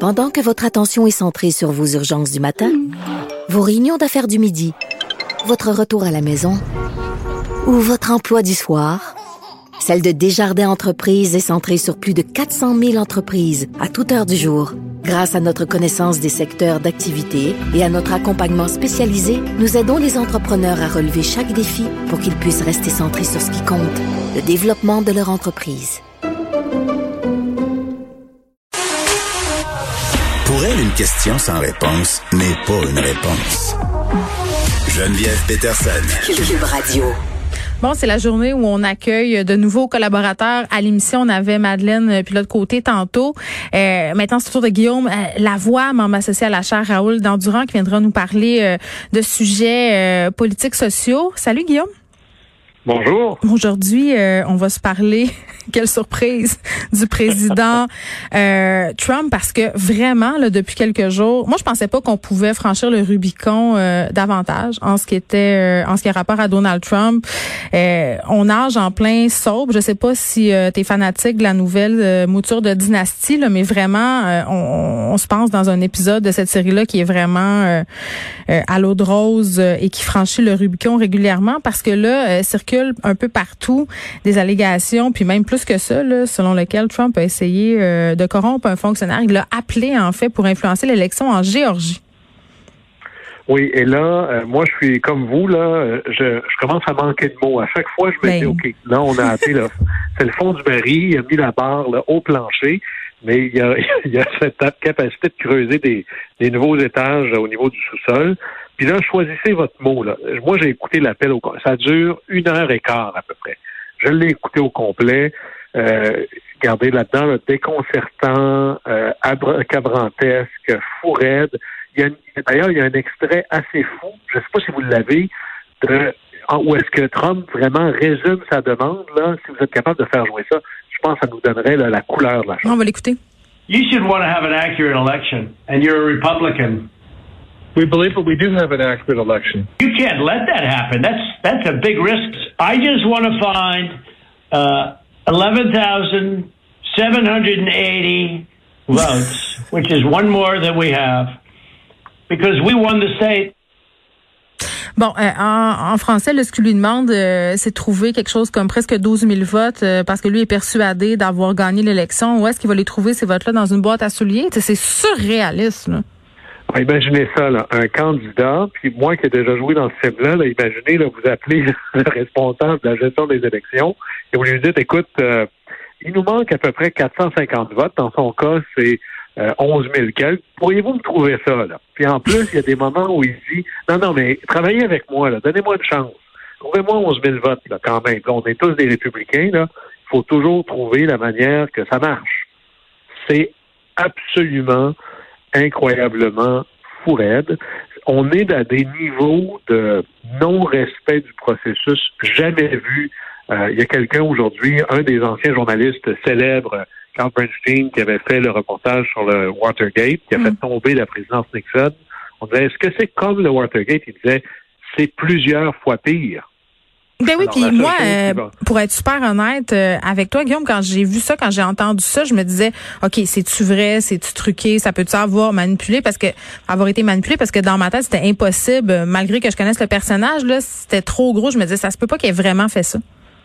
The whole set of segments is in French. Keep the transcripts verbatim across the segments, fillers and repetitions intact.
Pendant que votre attention est centrée sur vos urgences du matin, vos réunions d'affaires du midi, votre retour à la maison ou votre emploi du soir, celle de Desjardins Entreprises est centrée sur plus de quatre cent mille entreprises à toute heure du jour. Grâce à notre connaissance des secteurs d'activité et à notre accompagnement spécialisé, nous aidons les entrepreneurs à relever chaque défi pour qu'ils puissent rester centrés sur ce qui compte, le développement de leur entreprise. Pour elle, une question sans réponse n'est pas une réponse. Geneviève Peterson. Cube Radio. Bon, c'est la journée où on accueille de nouveaux collaborateurs à l'émission. On avait Madeleine puis l'autre côté tantôt. Euh, maintenant, c'est au tour de Guillaume euh, Lavoie, membre associé à la chaire Raoul Dandurand, qui viendra nous parler euh, de sujets euh, politiques sociaux. Salut Guillaume. Bonjour. Aujourd'hui, euh, on va se parler, quelle surprise, du président euh, Trump, parce que vraiment, là, depuis quelques jours, moi, je pensais pas qu'on pouvait franchir le Rubicon euh, davantage en ce qui était, euh, en ce qui a rapport à Donald Trump. Euh, on nage en plein soap. Je sais pas si euh, t'es fanatique de la nouvelle euh, mouture de Dynasty, là, mais vraiment, euh, on, on se pense dans un épisode de cette série-là qui est vraiment euh, euh, à l'eau de rose euh, et qui franchit le Rubicon régulièrement, parce que là, euh, circule un peu partout des allégations, puis même plus que ça, là, selon lequel Trump a essayé euh, de corrompre un fonctionnaire. Il l'a appelé, en fait, pour influencer l'élection en Géorgie. Oui, et là, euh, moi, je suis comme vous, là, je, je commence à manquer de mots. À chaque fois, je me ben... dis, OK, là, on a atteint, là, c'est le fond du baril, il a mis la barre là, au plancher, mais il y a, il y a cette capacité de creuser des, des nouveaux étages là, au niveau du sous-sol. Puis là, choisissez votre mot. Là. Moi, j'ai écouté l'appel au complet. Ça dure une heure et quart à peu près. Je l'ai écouté au complet. Euh, regardez là-dedans, là, déconcertant, euh, abracadabrantesque, fou raide. Il y a une, d'ailleurs, il y a un extrait assez fou, je ne sais pas si vous l'avez, de, où est-ce que Trump vraiment résume sa demande. Là, si vous êtes capable de faire jouer ça, je pense que ça nous donnerait là, la couleur de la chose. On va l'écouter. You should want to have an accurate election, and you're a Republican. We believe that we do have an accurate election. You can't let that happen. That's that's a big risk. I just want to find uh, eleven thousand seven hundred eighty votes, which is one more than we have, because we won the state. Bon, euh, en, en français, là, ce qu'il lui demande, euh, c'est de trouver quelque chose comme presque douze mille votes, euh, parce que lui est persuadé d'avoir gagné l'élection. Où est-ce qu'il va les trouver, ces votes-là, dans une boîte à souliers? T'sais, c'est surréaliste, là. Imaginez ça, là, un candidat, puis moi qui ai déjà joué dans ce film-là, là, imaginez, là, vous appelez le responsable de la gestion des élections et vous lui dites, écoute, euh, il nous manque à peu près quatre cent cinquante votes. Dans son cas, c'est euh, onze mille quelques. Pourriez-vous me trouver ça, là? Puis en plus, il y a des moments où il dit, non, non, mais travaillez avec moi, là, donnez-moi une chance. Trouvez-moi onze mille votes, là, quand même. Là, on est tous des républicains, là. Il faut toujours trouver la manière que ça marche. C'est absolument incroyablement fou raide. On est à des niveaux de non-respect du processus jamais vus. Euh, il y a quelqu'un aujourd'hui, un des anciens journalistes célèbres, Carl Bernstein, qui avait fait le reportage sur le Watergate, qui a mm. fait tomber la présidence Nixon. On disait, est-ce que c'est comme le Watergate? Il disait, c'est plusieurs fois pire. Ben oui, puis moi, euh, bon. pour être super honnête euh, avec toi, Guillaume, quand j'ai vu ça, quand j'ai entendu ça, je me disais, OK, c'est-tu vrai, c'est-tu truqué, ça peut-tu avoir manipulé, parce que avoir été manipulé, parce que dans ma tête, c'était impossible, malgré que je connaisse le personnage, là, c'était trop gros, je me disais, ça se peut pas qu'il ait vraiment fait ça.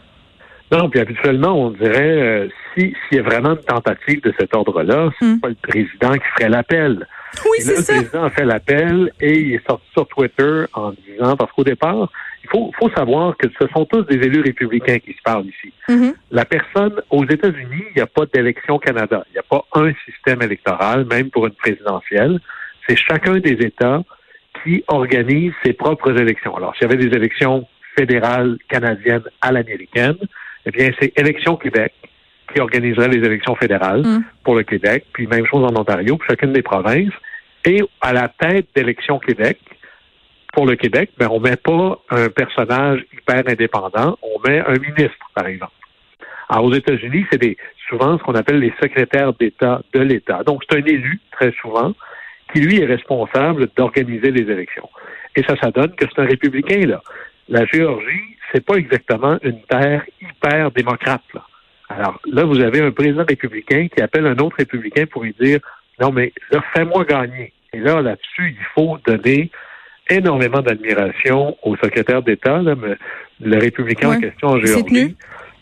Non, puis habituellement, on dirait, euh, si s'il y a vraiment une tentative de cet ordre-là, c'est mm. pas le président qui ferait l'appel. Oui, et c'est là, ça. Le président a fait l'appel et il est sorti sur Twitter en disant, parce qu'au départ, il faut, faut savoir que ce sont tous des élus républicains qui se parlent ici. Mm-hmm. La personne, aux États-Unis, il n'y a pas d'élection Canada. Il n'y a pas un système électoral, même pour une présidentielle. C'est chacun des États qui organise ses propres élections. Alors, s'il y avait des élections fédérales canadiennes à l'américaine, eh bien, c'est Élections Québec qui organiserait les élections fédérales mm. pour le Québec, puis même chose en Ontario, pour chacune des provinces. Et à la tête d'Élections Québec, pour le Québec, ben, on met pas un personnage hyper indépendant, on met un ministre, par exemple. Alors, aux États-Unis, c'est des, souvent ce qu'on appelle les secrétaires d'État de l'État. Donc, c'est un élu, très souvent, qui, lui, est responsable d'organiser les élections. Et ça, ça donne que c'est un républicain, là. La Géorgie, c'est pas exactement une terre hyper démocrate, là. Alors, là, vous avez un président républicain qui appelle un autre républicain pour lui dire Non, mais là, fais-moi gagner. Et là, là-dessus, il faut donner énormément d'admiration au secrétaire d'État, là, le républicain ouais. en question en Géorgie.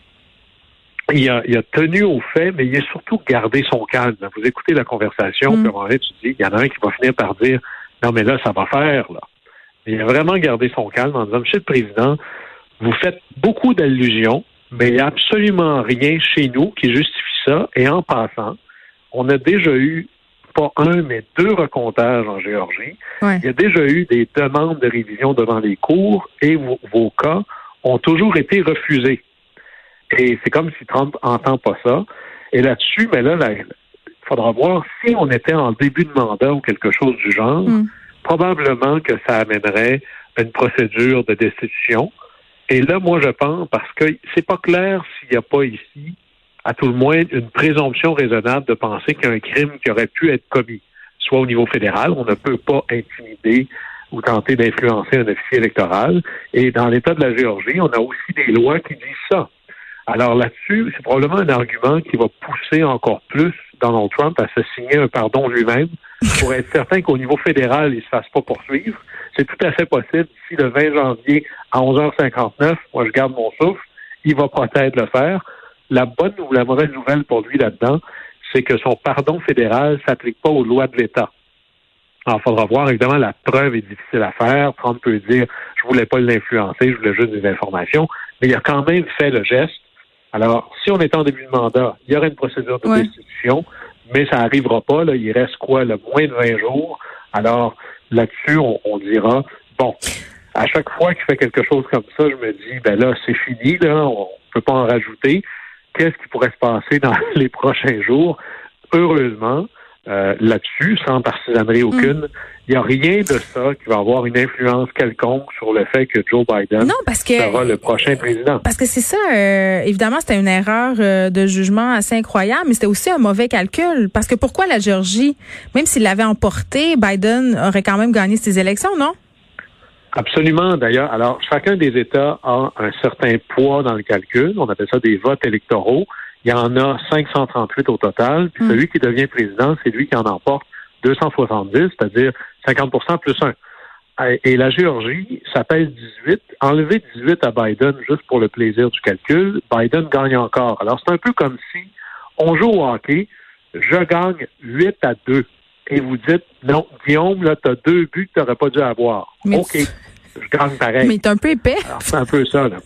Il a, il a tenu au fait, mais il a surtout gardé son calme. Vous écoutez la conversation, mm. puis à un moment donné, tu dis, il y en a un qui va finir par dire, non, mais là, ça va faire, là. Il a vraiment gardé son calme en disant, Monsieur le Président, vous faites beaucoup d'allusions, mais il n'y a absolument rien chez nous qui justifie ça. Et en passant, on a déjà eu pas un, mais deux recomptages en Géorgie. Ouais. Il y a déjà eu des demandes de révision devant les cours et vos, vos cas ont toujours été refusés. Et c'est comme si Trump n'entend pas ça. Et là-dessus, mais là, il faudra voir si on était en début de mandat ou quelque chose du genre, mm. probablement que ça amènerait une procédure de destitution. Et là, moi, je pense, parce que c'est pas clair s'il n'y a pas ici, à tout le moins, une présomption raisonnable de penser qu'il y a un crime qui aurait pu être commis, soit au niveau fédéral, on ne peut pas intimider ou tenter d'influencer un officier électoral. Et dans l'État de la Géorgie, on a aussi des lois qui disent ça. Alors là-dessus, c'est probablement un argument qui va pousser encore plus Donald Trump à se signer un pardon lui-même pour être certain qu'au niveau fédéral, il ne se fasse pas poursuivre. C'est tout à fait possible. D'ici le vingt janvier à onze heures cinquante-neuf, moi je garde mon souffle, il va peut-être le faire. La bonne ou la mauvaise nouvelle pour lui là-dedans, c'est que son pardon fédéral ne s'applique pas aux lois de l'État. Alors, il faudra voir, évidemment, la preuve est difficile à faire. Trump peut dire, je voulais pas l'influencer, je voulais juste des informations, mais il a quand même fait le geste. Alors, si on est en début de mandat, il y aurait une procédure de ouais. destitution, mais ça n'arrivera pas. Là, il reste quoi, le moins de vingt jours. Alors, là-dessus, on, on dira, bon, à chaque fois qu'il fait quelque chose comme ça, je me dis, ben là, c'est fini, là, on peut pas en rajouter. Qu'est-ce qui pourrait se passer dans les prochains jours? Heureusement, euh, là-dessus, sans partisanerie aucune, il n'y a rien de ça qui va avoir une influence quelconque sur le fait que Joe Biden non, parce que, sera le prochain président. Parce que c'est ça, euh, évidemment, c'était une erreur euh, de jugement assez incroyable, mais c'était aussi un mauvais calcul. Parce que pourquoi la Géorgie, même s'il l'avait emporté, Biden aurait quand même gagné ses élections, non? Absolument, d'ailleurs. Alors, chacun des États a un certain poids dans le calcul. On appelle ça des votes électoraux. Il y en a cinq cent trente-huit au total. Puis mm. celui qui devient président, c'est lui qui en emporte deux cent soixante-dix, c'est-à-dire cinquante pour cent plus un. Et la Géorgie, ça pèse dix-huit. Enlever dix-huit à Biden juste pour le plaisir du calcul, Biden gagne encore. Alors, c'est un peu comme si on joue au hockey, je gagne huit à deux. Et vous dites, non, Guillaume, là, t'as deux buts que t'aurais pas dû avoir. Mais OK, tu... je gagne pareil. Mais t'es un peu épais. Alors, c'est un peu ça, là.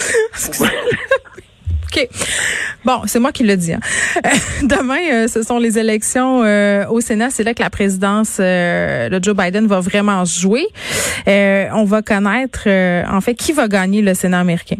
OK. Bon, c'est moi qui le dis. Hein. Euh, demain, euh, ce sont les élections euh, au Sénat. C'est là que la présidence euh, de Joe Biden va vraiment se jouer. Euh, on va connaître, euh, en fait, qui va gagner le Sénat américain.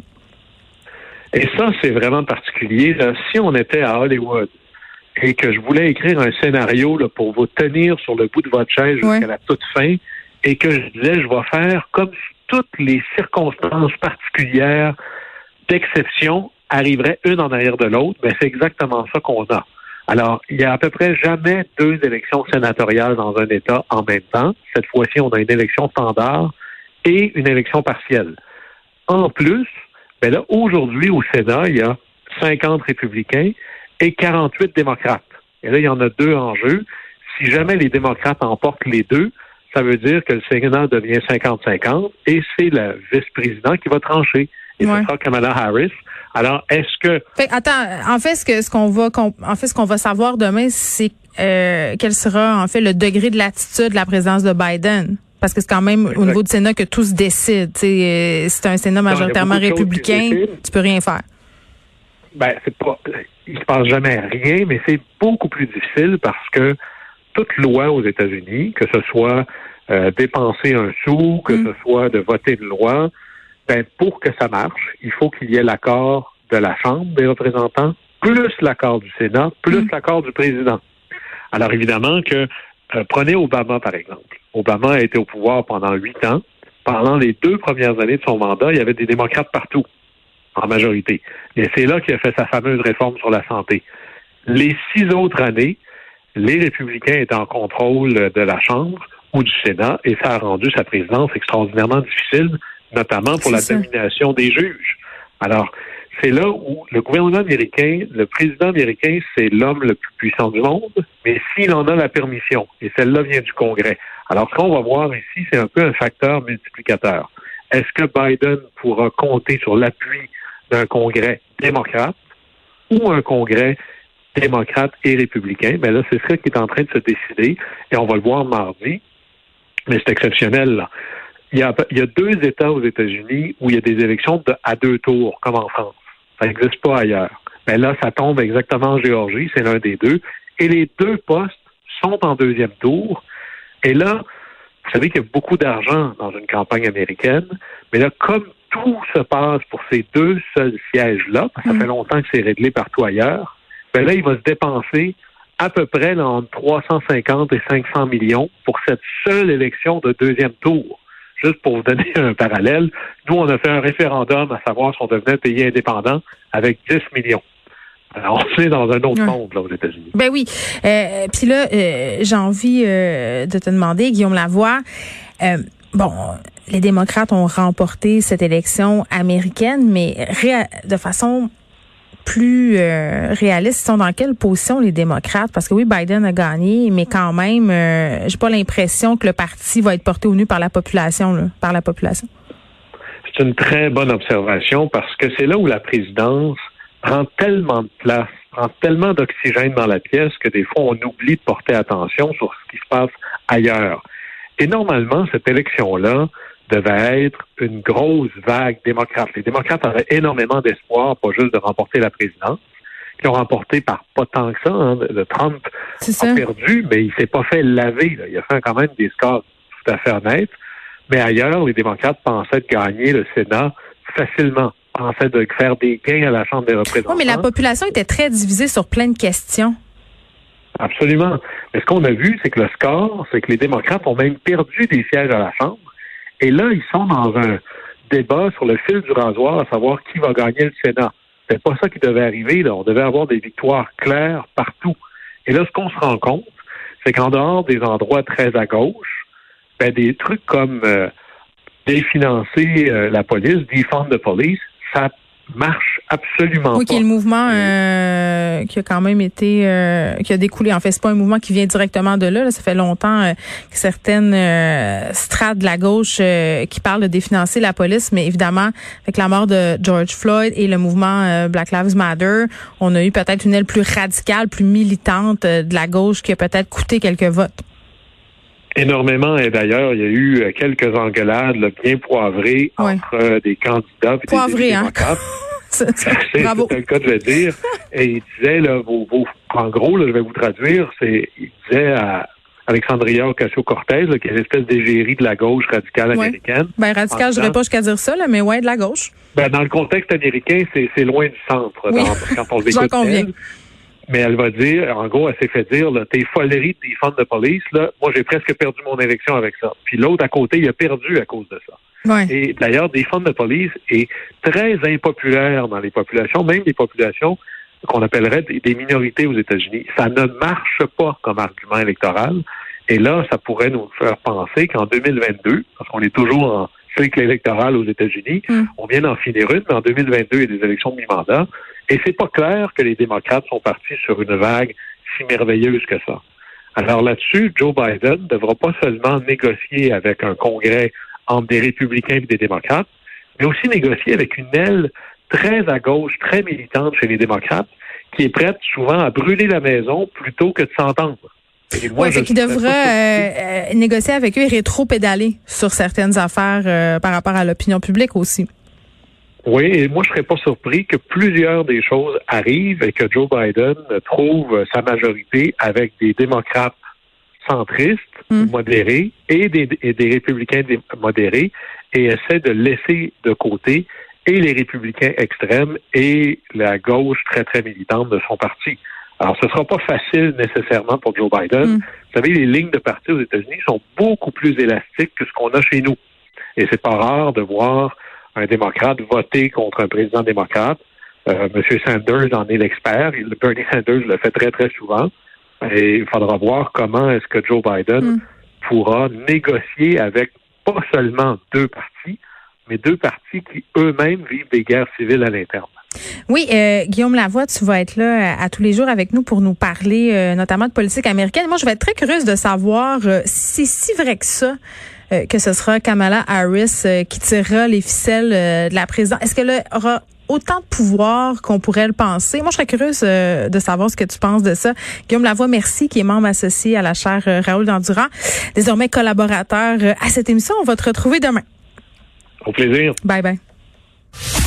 Et ça, c'est vraiment particulier. Là. Si on était à Hollywood, et que je voulais écrire un scénario là, pour vous tenir sur le bout de votre chaise jusqu'à ouais. la toute fin, et que je disais, je vais faire comme si toutes les circonstances particulières d'exception arriveraient une en arrière de l'autre, mais c'est exactement ça qu'on a. Alors, il y a à peu près jamais deux élections sénatoriales dans un État en même temps. Cette fois-ci, on a une élection standard et une élection partielle. En plus, ben là, aujourd'hui, au Sénat, il y a cinquante républicains et quarante-huit démocrates. Et là, il y en a deux en jeu. Si jamais les démocrates emportent les deux, ça veut dire que le Sénat devient cinquante cinquante et c'est le vice-président qui va trancher. Et ouais. ce sera Kamala Harris. Alors, est-ce que... Fait, attends, en fait, ce que ce qu'on va en fait ce qu'on va savoir demain, c'est euh, quel sera en fait le degré de l'attitude de la présidence de Biden. Parce que c'est quand même exact. Au niveau du Sénat que tout se décide. Euh, c'est un Sénat majoritairement non, républicain, tu peux rien faire. Ben, c'est pas... Il se passe jamais rien, mais c'est beaucoup plus difficile parce que toute loi aux États-Unis, que ce soit euh, dépenser un sou, que mm. ce soit de voter une loi, ben, pour que ça marche, il faut qu'il y ait l'accord de la Chambre des représentants, plus l'accord du Sénat, plus mm. l'accord du président. Alors évidemment que, euh, prenez Obama par exemple. Obama a été au pouvoir pendant huit ans. Pendant les deux premières années de son mandat, il y avait des démocrates partout, en majorité. Et c'est là qu'il a fait sa fameuse réforme sur la santé. Les six autres années, les républicains étaient en contrôle de la Chambre ou du Sénat, et ça a rendu sa présidence extraordinairement difficile, notamment pour c'est la ça. domination des juges. Alors, c'est là où le gouvernement américain, le président américain, c'est l'homme le plus puissant du monde, mais s'il en a la permission, et celle-là vient du Congrès. Alors, ce qu'on va voir ici, c'est un peu un facteur multiplicateur. Est-ce que Biden pourra compter sur l'appui d'un Congrès démocrate ou un Congrès démocrate et républicain? Ben là, c'est ça qui est en train de se décider, et on va le voir mardi, mais c'est exceptionnel, là. Il y a, il y a deux États aux États-Unis où il y a des élections de, à deux tours, comme en France. Ça n'existe pas ailleurs. Mais là, ça tombe exactement en Géorgie, c'est l'un des deux. Et les deux postes sont en deuxième tour. Et là, vous savez qu'il y a beaucoup d'argent dans une campagne américaine. Mais là, comme tout se passe pour ces deux seuls sièges-là, parce que ça fait longtemps que c'est réglé partout ailleurs, ben là, il va se dépenser à peu près là, entre trois cent cinquante et cinq cents millions pour cette seule élection de deuxième tour. Juste pour vous donner un parallèle, nous, on a fait un référendum à savoir si on devenait un pays indépendant avec dix millions. Alors, on est dans un autre ouais. monde, là, aux États-Unis. Ben oui. Euh, Puis là, euh, j'ai envie euh, de te demander, Guillaume Lavoie, euh, bon, les démocrates ont remporté cette élection américaine, mais ré- de façon plus euh, réaliste, ils sont dans quelle position les démocrates? Parce que oui, Biden a gagné, mais quand même, euh, j'ai pas l'impression que le parti va être porté au nu par la population, là, par la population. C'est une très bonne observation parce que c'est là où la présidence prend tellement de place, prend tellement d'oxygène dans la pièce que des fois, on oublie de porter attention sur ce qui se passe ailleurs. Et normalement, cette élection-là devait être une grosse vague démocrate. Les démocrates avaient énormément d'espoir, pas juste de remporter la présidence, qui ont remporté par pas tant que ça. Hein. Le Trump a perdu, mais il s'est pas fait laver. Là. Il a fait quand même des scores tout à fait honnêtes. Mais ailleurs, les démocrates pensaient de gagner le Sénat facilement, pensaient de faire des gains à la Chambre des représentants. Oui, mais la population était très divisée sur plein de questions. Absolument. Mais ce qu'on a vu, c'est que le score, c'est que les démocrates ont même perdu des sièges à la Chambre. Et là, ils sont dans un débat sur le fil du rasoir, à savoir qui va gagner le Sénat. C'est pas ça qui devait arriver, là. On devait avoir des victoires claires partout. Et là, ce qu'on se rend compte, c'est qu'en dehors des endroits très à gauche, ben, des trucs comme euh, définancer euh, la police, defund the police, ça marche absolument oui, pas. Oui, qui est le mouvement euh, qui a quand même été, euh, qui a découlé. En fait, c'est pas un mouvement qui vient directement de là. là. Ça fait longtemps euh, que certaines euh, strates de la gauche euh, qui parlent de définancer la police, mais évidemment, avec la mort de George Floyd et le mouvement euh, Black Lives Matter, on a eu peut-être une aile plus radicale, plus militante euh, de la gauche qui a peut-être coûté quelques votes. Énormément, et d'ailleurs, il y a eu quelques engueulades là, bien poivrées ouais. entre euh, des candidats et Poivré, des démocrates. Hein? c'est, c'est, c'est, bravo. c'est le cas de le dire. Et il disait, là, vos, vos, en gros, là, je vais vous traduire, c'est, il disait à Alexandria Ocasio-Cortez, là, qui est l'espèce d'égérie de la gauche radicale ouais. américaine. Ben, radicale, je n'irais pas jusqu'à dire ça, là, mais ouais, de la gauche. Ben, dans le contexte américain, c'est, c'est loin du centre, oui. dans, quand on l'écoute. J'en conviens. Mais elle va dire, en gros, elle s'est fait dire, là, tes foleries de defund the police, là, moi, j'ai presque perdu mon élection avec ça. Puis l'autre à côté, il a perdu à cause de ça. Ouais. Et d'ailleurs, defund the police est très impopulaire dans les populations, même les populations qu'on appellerait des minorités aux États-Unis. Ça ne marche pas comme argument électoral. Et là, ça pourrait nous faire penser qu'en deux mille vingt-deux, parce qu'on est toujours en cycle électoral aux États-Unis, mm. on vient d'en finir une, mais en deux mille vingt-deux, il y a des élections de mi-mandat. Et c'est pas clair que les démocrates sont partis sur une vague si merveilleuse que ça. Alors là-dessus, Joe Biden ne devra pas seulement négocier avec un congrès entre des républicains et des démocrates, mais aussi négocier avec une aile très à gauche, très militante chez les démocrates, qui est prête souvent à brûler la maison plutôt que de s'entendre. Oui, c'est qu'il devra euh, euh, négocier avec eux et rétro-pédaler sur certaines affaires euh, par rapport à l'opinion publique aussi. Oui, et moi, je serais pas surpris que plusieurs des choses arrivent et que Joe Biden trouve sa majorité avec des démocrates centristes, mm. modérés, et des, et des républicains modérés, et essaie de laisser de côté et les républicains extrêmes et la gauche très, très militante de son parti. Alors, ce sera pas facile nécessairement pour Joe Biden. Mm. Vous savez, les lignes de parti aux États-Unis sont beaucoup plus élastiques que ce qu'on a chez nous. Et c'est pas rare de voir un démocrate voter contre un président démocrate. Euh, M. Sanders en est l'expert. Bernie Sanders le fait très, très souvent. Et il faudra voir comment est-ce que Joe Biden mm. pourra négocier avec pas seulement deux partis, mais deux partis qui eux-mêmes vivent des guerres civiles à l'interne. Oui, euh, Guillaume Lavoie, tu vas être là à, à tous les jours avec nous pour nous parler euh, notamment de politique américaine. Moi, je vais être très curieuse de savoir euh, si c'est si vrai que ça, euh, que ce sera Kamala Harris euh, qui tirera les ficelles euh, de la présidence. Est-ce qu'elle aura autant de pouvoir qu'on pourrait le penser? Moi, je serais curieuse euh, de savoir ce que tu penses de ça. Guillaume Lavoie, merci, qui est membre associé à la chaire euh, Raoul Dandurand, désormais collaborateur euh, à cette émission. On va te retrouver demain. Au plaisir. Bye bye.